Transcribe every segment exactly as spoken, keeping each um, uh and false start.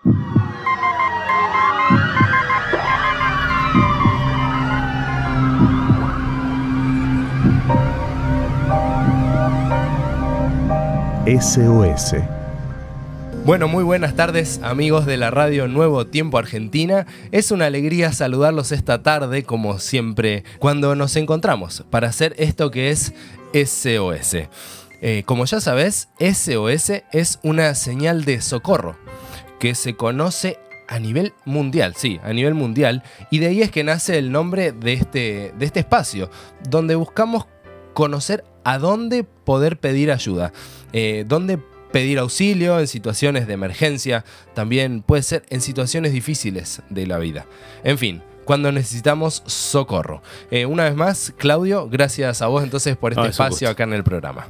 S O S. Bueno, muy buenas tardes, amigos de la radio Nuevo Tiempo Argentina. Es una alegría saludarlos esta tarde, como siempre, cuando nos encontramos para hacer esto que es S O S. Eh, como ya sabes, S O S es una señal de socorro que se conoce a nivel mundial, sí, a nivel mundial, y de ahí es que nace el nombre de este, de este espacio, donde buscamos conocer a dónde poder pedir ayuda, eh, dónde pedir auxilio en situaciones de emergencia, también puede ser en situaciones difíciles de la vida. En fin, cuando necesitamos socorro. Eh, una vez más, Claudio, gracias a vos entonces por este Ah, espacio acá en el programa.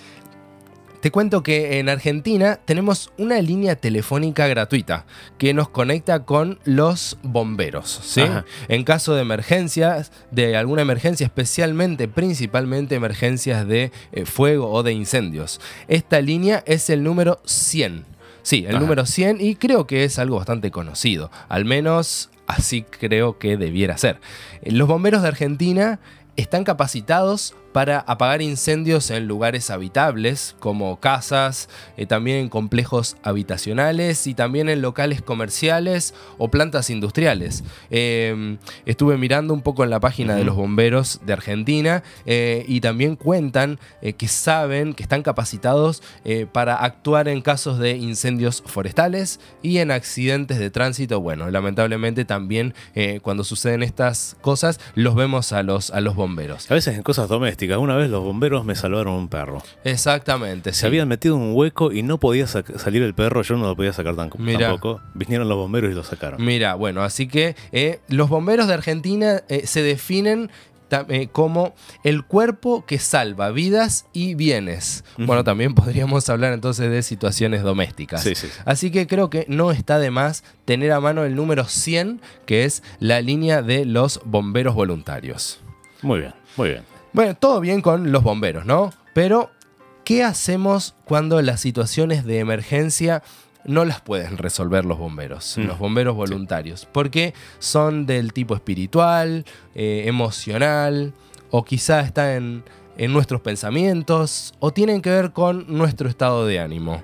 Te cuento que en Argentina tenemos una línea telefónica gratuita que nos conecta con los bomberos, ¿sí? En caso de emergencias, de alguna emergencia, especialmente, principalmente emergencias de eh, fuego o de incendios. Esta línea es el número cien. Sí, el Ajá. número cien, y creo que es algo bastante conocido. Al menos así creo que debiera ser. Los bomberos de Argentina están capacitados para apagar incendios en lugares habitables como casas, eh, también en complejos habitacionales y también en locales comerciales o plantas industriales. Eh, estuve mirando un poco en la página uh-huh. de los bomberos de Argentina eh, y también cuentan eh, que saben que están capacitados eh, para actuar en casos de incendios forestales y en accidentes de tránsito. Bueno, lamentablemente también eh, cuando suceden estas cosas los vemos a los, a los bomberos. A veces en cosas domésticas. Una vez los bomberos me salvaron un perro. Exactamente. Se sí. habían metido en un hueco y no podía sac- salir el perro. Yo no lo podía sacar tan- tampoco. Vinieron los bomberos y lo sacaron. Mira, bueno, así que eh, los bomberos de Argentina eh, se definen eh, como el cuerpo que salva vidas y bienes. Uh-huh. Bueno, también podríamos hablar entonces de situaciones domésticas. Sí, sí, sí. Así que creo que no está de más tener a mano el número cien, que es la línea de los bomberos voluntarios. Muy bien, muy bien. Bueno, todo bien con los bomberos, ¿no? Pero, ¿qué hacemos cuando las situaciones de emergencia no las pueden resolver los bomberos, mm. los bomberos voluntarios? Sí. Porque son del tipo espiritual, eh, emocional, o quizá están en, en nuestros pensamientos, o tienen que ver con nuestro estado de ánimo.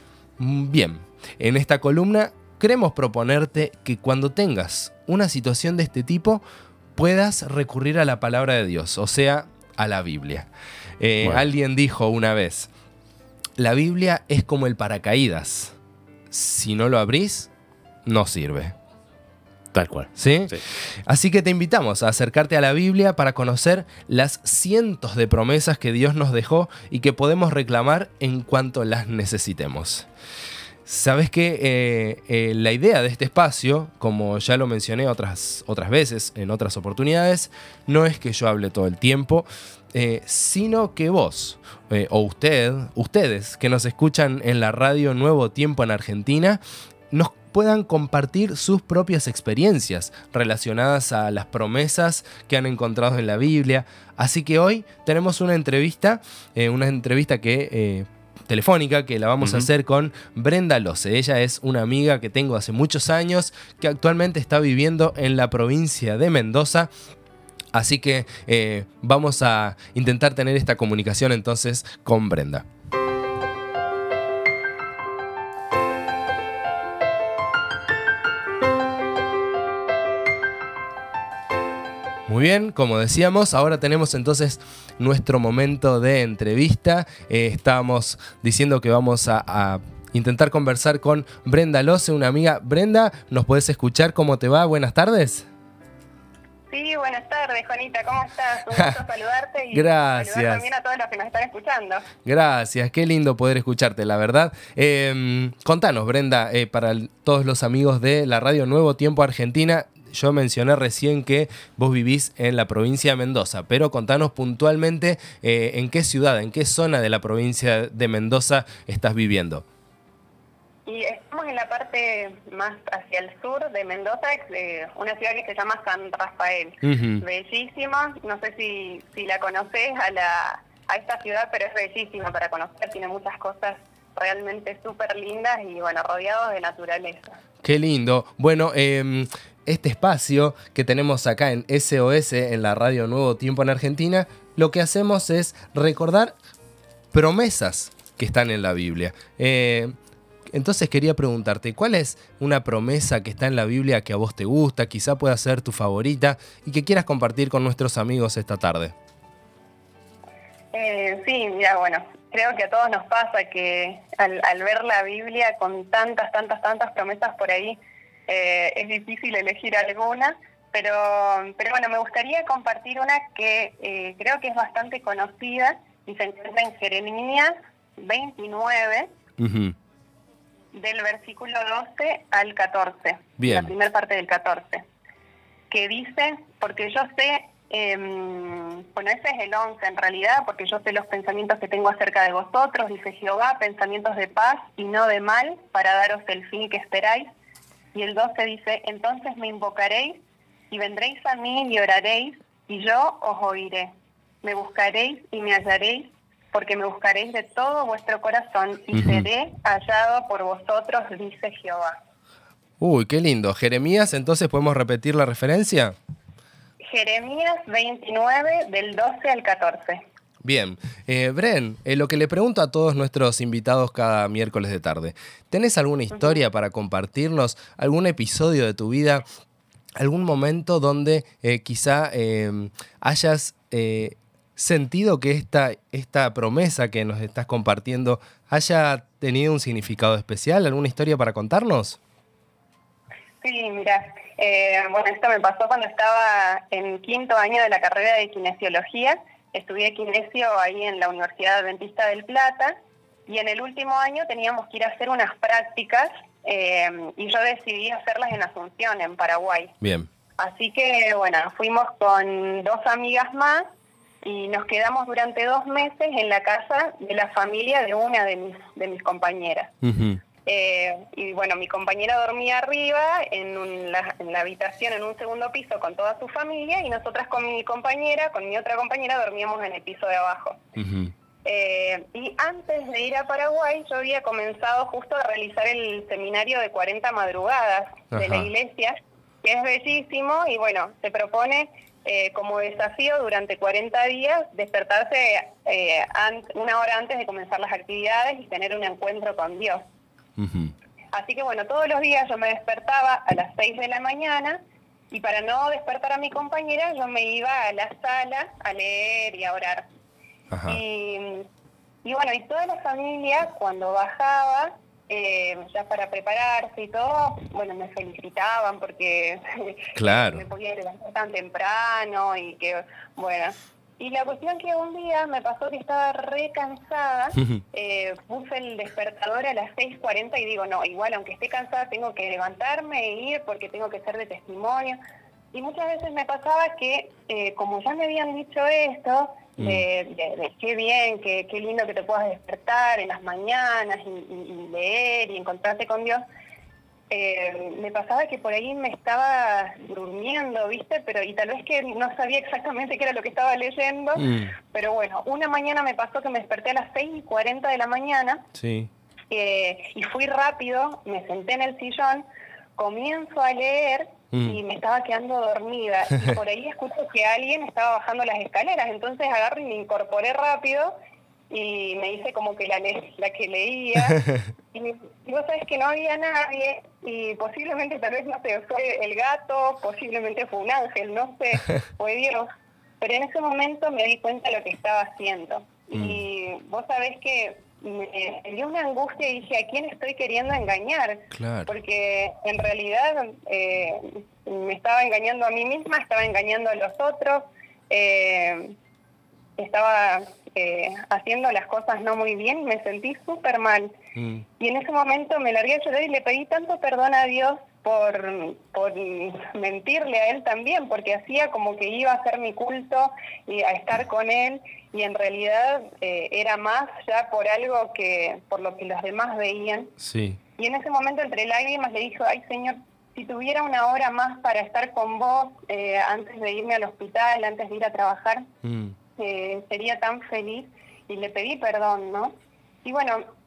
Bien, en esta columna queremos proponerte que cuando tengas una situación de este tipo, puedas recurrir a la palabra de Dios, o sea, a la Biblia. Eh, bueno. Alguien dijo una vez, la Biblia es como el paracaídas. Si no lo abrís, no sirve. Tal cual. ¿Sí? Sí. Así que te invitamos a acercarte a la Biblia para conocer las cientos de promesas que Dios nos dejó y que podemos reclamar en cuanto las necesitemos. Sabes que eh, eh, la idea de este espacio, como ya lo mencioné otras, otras veces, en otras oportunidades, no es que yo hable todo el tiempo, eh, sino que vos, eh, o usted, ustedes que nos escuchan en la radio Nuevo Tiempo en Argentina, nos puedan compartir sus propias experiencias relacionadas a las promesas que han encontrado en la Biblia. Así que hoy tenemos una entrevista, eh, una entrevista que... Eh, telefónica que la vamos uh-huh. a hacer con Brenda Loce. Ella es una amiga que tengo hace muchos años, que actualmente está viviendo en la provincia de Mendoza. Así que eh, vamos a intentar tener esta comunicación entonces con Brenda. Muy bien, como decíamos, ahora tenemos entonces nuestro momento de entrevista. Eh, estábamos diciendo que vamos a, a intentar conversar con Brenda Loce, una amiga. Brenda, ¿nos podés escuchar? ¿Cómo te va? Buenas tardes. Sí, buenas tardes, Juanita, ¿cómo estás? Un gusto saludarte y Gracias. saludar también a todos los que nos están escuchando. Gracias, qué lindo poder escucharte, la verdad. Eh, contanos, Brenda, eh, para todos los amigos de la radio Nuevo Tiempo Argentina, yo mencioné recién que vos vivís en la provincia de Mendoza, pero contanos puntualmente eh, en qué ciudad, en qué zona de la provincia de Mendoza estás viviendo. Y estamos en la parte más hacia el sur de Mendoza, eh, una ciudad que se llama San Rafael. Uh-huh. Bellísima, no sé si, si la conocés a, la, a esta ciudad, pero es bellísima para conocer, tiene muchas cosas realmente súper lindas y bueno, rodeados de naturaleza. Qué lindo. Bueno, eh, este espacio que tenemos acá en S O S, en la radio Nuevo Tiempo en Argentina, lo que hacemos es recordar promesas que están en la Biblia. Eh, entonces quería preguntarte, ¿cuál es una promesa que está en la Biblia que a vos te gusta, quizá pueda ser tu favorita y que quieras compartir con nuestros amigos esta tarde? Eh, sí, mira, bueno, creo que a todos nos pasa que al, al ver la Biblia con tantas, tantas, tantas promesas por ahí, eh, es difícil elegir alguna, pero, pero bueno, me gustaría compartir una que eh, creo que es bastante conocida y se encuentra en Jeremías veintinueve, uh-huh. del versículo doce al catorce, Bien. La primera parte del catorce, que dice, porque yo sé, eh, bueno, ese es el once en realidad, porque yo sé los pensamientos que tengo acerca de vosotros, dice Jehová, pensamientos de paz y no de mal, para daros el fin que esperáis. Y el doce dice, entonces me invocaréis y vendréis a mí y oraréis, y yo os oiré. Me buscaréis y me hallaréis, porque me buscaréis de todo vuestro corazón, y uh-huh. seré hallado por vosotros, dice Jehová. Uy, qué lindo. Jeremías, entonces, ¿podemos repetir la referencia? Jeremías veintinueve, del doce al catorce. Bien. Eh, Bren, eh, lo que le pregunto a todos nuestros invitados cada miércoles de tarde, ¿tenés alguna historia uh-huh. para compartirnos? ¿Algún episodio de tu vida? ¿Algún momento donde eh, quizá eh, hayas eh, sentido que esta, esta promesa que nos estás compartiendo haya tenido un significado especial? ¿Alguna historia para contarnos? Sí, mira, eh, bueno, esto me pasó cuando estaba en quinto año de la carrera de kinesiología. Estudié kinesio ahí en la Universidad Adventista del Plata y en el último año teníamos que ir a hacer unas prácticas eh, y yo decidí hacerlas en Asunción, en Paraguay. Bien. Así que, bueno, fuimos con dos amigas más y nos quedamos durante dos meses en la casa de la familia de una de mis, de mis compañeras. Uh-huh. Eh, y bueno, mi compañera dormía arriba en, un, la, en la habitación en un segundo piso con toda su familia y nosotras con mi compañera, con mi otra compañera, dormíamos en el piso de abajo. Uh-huh. Eh, y antes de ir a Paraguay yo había comenzado justo a realizar el seminario de cuarenta madrugadas Ajá. de la iglesia, que es bellísimo y bueno, se propone eh, como desafío durante cuarenta días despertarse eh, an- una hora antes de comenzar las actividades y tener un encuentro con Dios. Uh-huh. Así que bueno, todos los días yo me despertaba a las seis de la mañana y para no despertar a mi compañera yo me iba a la sala a leer y a orar. Ajá. Y, y bueno, y toda la familia cuando bajaba, eh, ya para prepararse y todo, bueno, me felicitaban porque claro. me podía levantar tan temprano y que, bueno... Y la cuestión que un día me pasó que estaba re cansada, eh, puse el despertador a las seis cuarenta y digo, no, igual aunque esté cansada tengo que levantarme e ir porque tengo que ser de testimonio. Y muchas veces me pasaba que, eh, como ya me habían dicho esto, mm. de, de, de qué bien, qué, qué lindo que te puedas despertar en las mañanas y, y, y leer y encontrarte con Dios, Eh, me pasaba que por ahí me estaba durmiendo, ¿viste? Pero y tal vez que no sabía exactamente qué era lo que estaba leyendo, mm. pero bueno, una mañana me pasó que me desperté a las seis y cuarenta de la mañana sí. eh, y fui rápido, me senté en el sillón, comienzo a leer mm. y me estaba quedando dormida y por ahí escucho que alguien estaba bajando las escaleras, entonces agarro y me incorporé rápido y me hice como que la, le- la que leía y, y vos sabés que no había nadie y posiblemente tal vez, no sé, fue el gato, posiblemente fue un ángel, no sé, fue Dios, pero en ese momento me di cuenta de lo que estaba haciendo mm. y vos sabés que me, me dio una angustia y dije, ¿a quién estoy queriendo engañar? Claro. Porque en realidad eh, me estaba engañando a mí misma, estaba engañando a los otros, eh, estaba eh, haciendo las cosas no muy bien y me sentí súper mal. Mm. Y en ese momento me largué a llorar y le pedí tanto perdón a Dios por, por mentirle a Él también, porque hacía como que iba a hacer mi culto y a estar con Él y en realidad eh, era más ya por algo que por lo que los demás veían. Sí. Y en ese momento entre lágrimas le dije, ay Señor, si tuviera una hora más para estar con vos eh, antes de irme al hospital, antes de ir a trabajar, mm. eh, sería tan feliz y le pedí perdón, ¿no? Y bueno,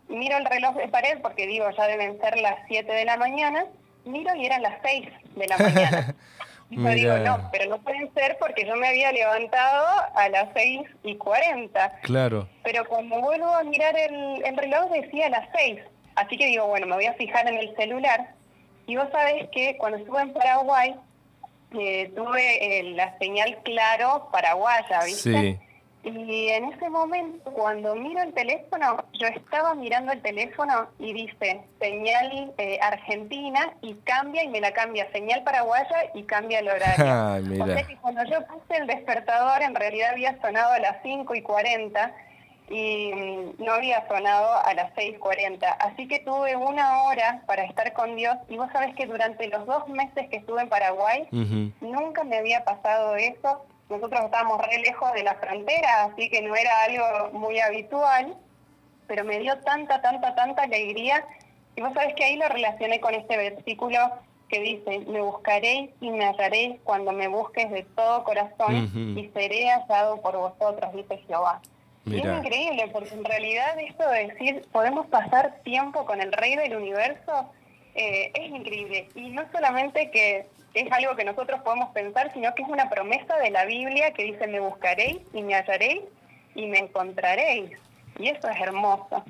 miro el reloj de pared porque digo, ya deben ser las siete de la mañana, miro y eran las seis de la mañana. Y yo digo, no, pero no pueden ser porque yo me había levantado a las seis y cuarenta. Claro. Pero cuando vuelvo a mirar el, el reloj decía las seis. Así que digo, bueno, me voy a fijar en el celular. Y vos sabés que cuando estuve en Paraguay, eh, tuve eh, la señal Claro paraguaya, ¿viste? Sí. Y en ese momento, cuando miro el teléfono, yo estaba mirando el teléfono y dice señal eh, argentina y cambia y me la cambia señal paraguaya y cambia el horario. Ay, mira. O sea que cuando yo puse el despertador, en realidad había sonado a las cinco y cuarenta y mm, no había sonado a las seis y cuarenta. Así que tuve una hora para estar con Dios y vos sabés que durante los dos meses que estuve en Paraguay, uh-huh. nunca me había pasado eso. Nosotros estábamos re lejos de la frontera, así que no era algo muy habitual, pero me dio tanta, tanta, tanta alegría. Y vos sabés que ahí lo relacioné con este versículo que dice, me buscaréis y me hallaréis cuando me busques de todo corazón, uh-huh. y seré hallado por vosotros, dice Jehová. Mira. Y es increíble, porque en realidad esto de decir, podemos pasar tiempo con el Rey del Universo, eh, es increíble. Y no solamente que es algo que nosotros podemos pensar, sino que es una promesa de la Biblia que dice, me buscaréis y me hallaréis y me encontraréis. Y eso es hermoso.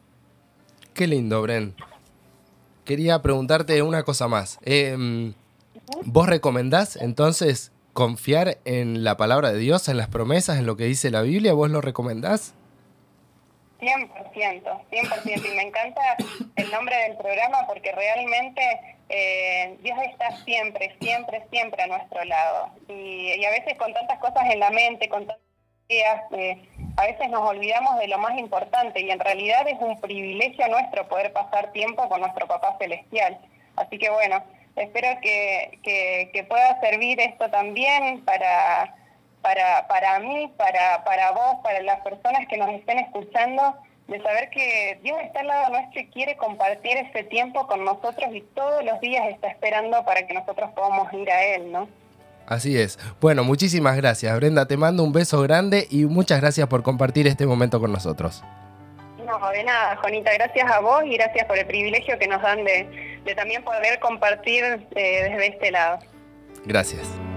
Qué lindo, Bren. Quería preguntarte una cosa más. Eh, ¿Vos recomendás entonces confiar en la palabra de Dios, en las promesas, en lo que dice la Biblia? ¿Vos lo recomendás? cien por ciento, cien por ciento. Y me encanta el nombre del programa porque realmente eh, Dios está siempre, siempre, siempre a nuestro lado. Y, y a veces con tantas cosas en la mente, con tantas ideas, eh, a veces nos olvidamos de lo más importante y en realidad es un privilegio nuestro poder pasar tiempo con nuestro Papá Celestial. Así que bueno, espero que, que, que pueda servir esto también para... Para, para mí, para, para vos, para las personas que nos estén escuchando, de saber que Dios está al lado nuestro y quiere compartir ese tiempo con nosotros y todos los días está esperando para que nosotros podamos ir a Él, ¿no? Así es. Bueno, muchísimas gracias, Brenda. Te mando un beso grande y muchas gracias por compartir este momento con nosotros. No, de nada, Juanita. Gracias a vos y gracias por el privilegio que nos dan de, de también poder compartir eh, desde este lado. Gracias.